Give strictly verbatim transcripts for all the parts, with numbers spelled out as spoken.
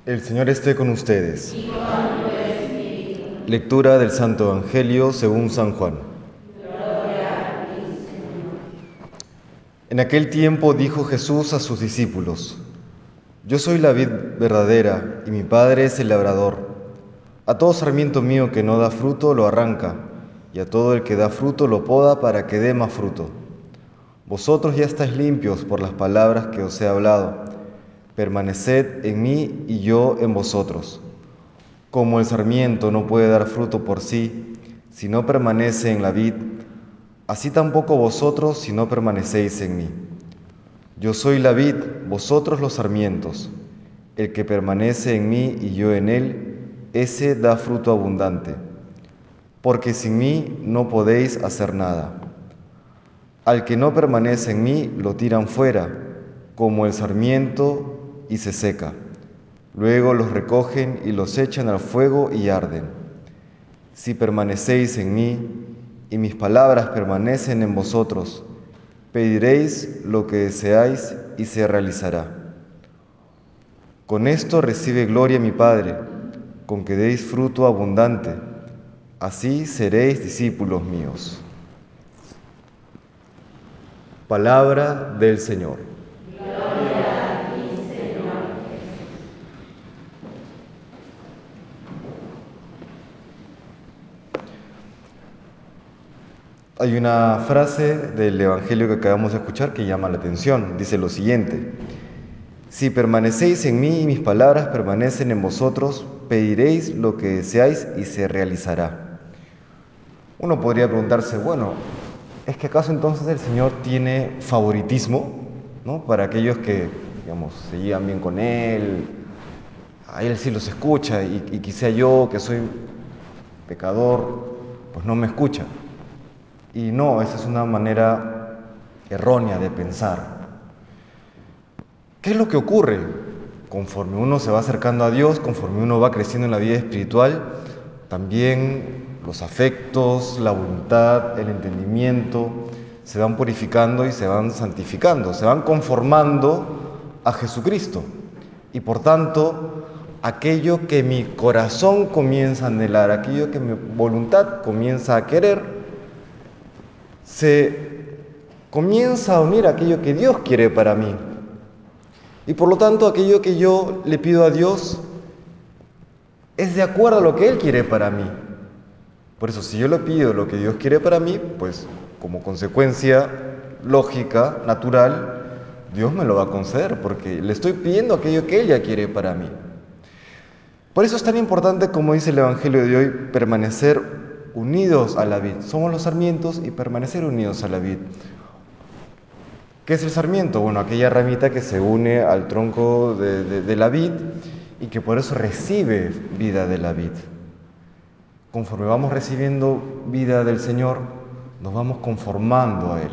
El Señor esté con ustedes. Y con tu espíritu. Lectura del Santo Evangelio según San Juan. Gloria a ti, Señor. En aquel tiempo dijo Jesús a sus discípulos: Yo soy la vid verdadera y mi Padre es el labrador. A todo sarmiento mío que no da fruto lo arranca, y a todo el que da fruto lo poda para que dé más fruto. Vosotros ya estáis limpios por las palabras que os he hablado. Permaneced en mí y yo en vosotros. Como el sarmiento no puede dar fruto por sí si no permanece en la vid, así tampoco vosotros si no permanecéis en mí. Yo soy la vid, vosotros los sarmientos. El que permanece en mí y yo en él, ese da fruto abundante, porque sin mí no podéis hacer nada. Al que no permanece en mí, lo tiran fuera, como el sarmiento, y se seca. Luego los recogen y los echan al fuego y arden. Si permanecéis en mí, y mis palabras permanecen en vosotros, pediréis lo que deseáis y se realizará. Con esto recibe gloria mi Padre, con que deis fruto abundante. Así seréis discípulos míos. Palabra del Señor. Gloria a ti, Señor Jesús. Hay una frase del Evangelio que acabamos de escuchar que llama la atención. Dice lo siguiente: Si permanecéis en mí y mis palabras permanecen en vosotros, pediréis lo que deseáis y se realizará. Uno podría preguntarse, bueno, ¿es que acaso entonces el Señor tiene favoritismo, ¿no?, para aquellos que, digamos, se llevan bien con Él? A Él sí los escucha y, y quizá yo, que soy pecador, pues no me escucha. Y no, esa es una manera errónea de pensar. ¿Qué es lo que ocurre? Conforme uno se va acercando a Dios, conforme uno va creciendo en la vida espiritual, también los afectos, la voluntad, el entendimiento se van purificando y se van santificando, se van conformando a Jesucristo. Y por tanto, aquello que mi corazón comienza a anhelar, aquello que mi voluntad comienza a querer, se comienza a unir a aquello que Dios quiere para mí. Y por lo tanto, aquello que yo le pido a Dios es de acuerdo a lo que Él quiere para mí. Por eso, si yo le pido lo que Dios quiere para mí, pues como consecuencia lógica, natural, Dios me lo va a conceder, porque le estoy pidiendo aquello que Él ya quiere para mí. Por eso es tan importante, como dice el Evangelio de hoy, permanecer unidos a la vid. Somos los sarmientos y permanecer unidos a la vid. ¿Qué es el sarmiento? Bueno, aquella ramita que se une al tronco de, de, de la vid y que por eso recibe vida de la vid. Conforme vamos recibiendo vida del Señor, nos vamos conformando a Él.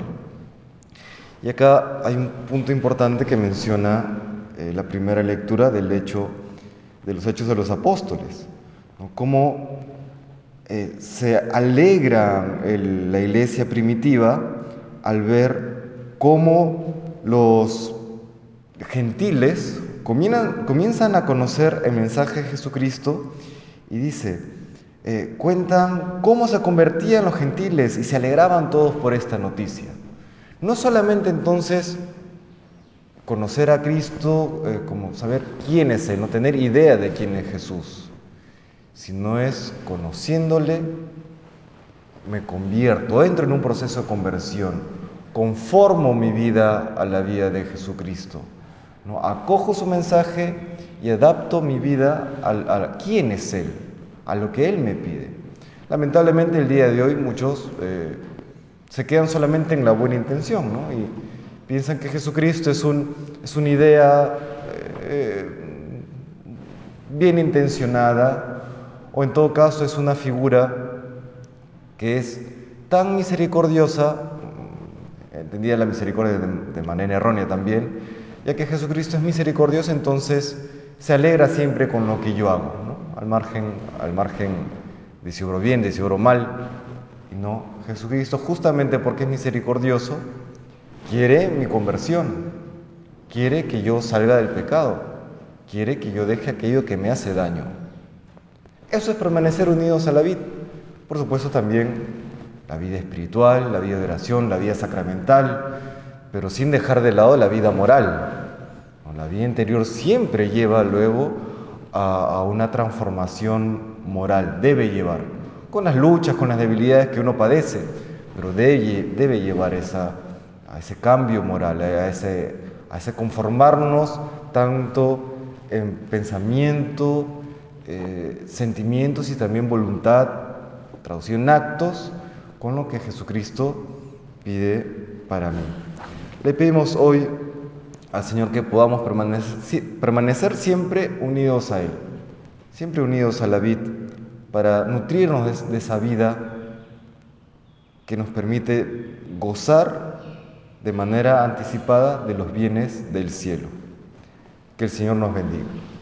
Y acá hay un punto importante que menciona eh, la primera lectura del hecho, de los Hechos de los Apóstoles, ¿no? Cómo eh, se alegra el, la iglesia primitiva al ver cómo los gentiles comienzan, comienzan a conocer el mensaje de Jesucristo y dice, eh, cuentan cómo se convertían los gentiles y se alegraban todos por esta noticia. No solamente entonces conocer a Cristo, eh, como saber quién es Él, no tener idea de quién es Jesús, sino es conociéndole, me convierto, entro en un proceso de conversión, conformo mi vida a la vida de Jesucristo, ¿no? Acojo su mensaje y adapto mi vida a, a quién es Él, a lo que Él me pide. Lamentablemente el día de hoy muchos eh, se quedan solamente en la buena intención, ¿no? Y piensan que Jesucristo es, un, es una idea eh, bien intencionada, o en todo caso es una figura que es tan misericordiosa, entendida la misericordia de, de manera errónea también, ya que Jesucristo es misericordioso, entonces se alegra siempre con lo que yo hago, ¿no? Al margen, al margen de si obro bien, de si obro mal. Y no, Jesucristo, justamente porque es misericordioso, quiere mi conversión, quiere que yo salga del pecado. quiere que yo deje aquello que me hace daño. Eso es permanecer unidos a la vid. Por supuesto también la vida espiritual, la vida de oración, la vida sacramental, pero sin dejar de lado la vida moral. La vida interior siempre lleva luego a, a una transformación moral, debe llevar, con las luchas, con las debilidades que uno padece, pero debe, debe llevar esa, a ese cambio moral, a ese, a ese conformarnos tanto en pensamiento, eh, sentimientos y también voluntad, traducido en actos, con lo que Jesucristo pide para mí. Le pedimos hoy al Señor que podamos permanecer, permanecer siempre unidos a Él, siempre unidos a la vid, para nutrirnos de, de esa vida que nos permite gozar de manera anticipada de los bienes del cielo. Que el Señor nos bendiga.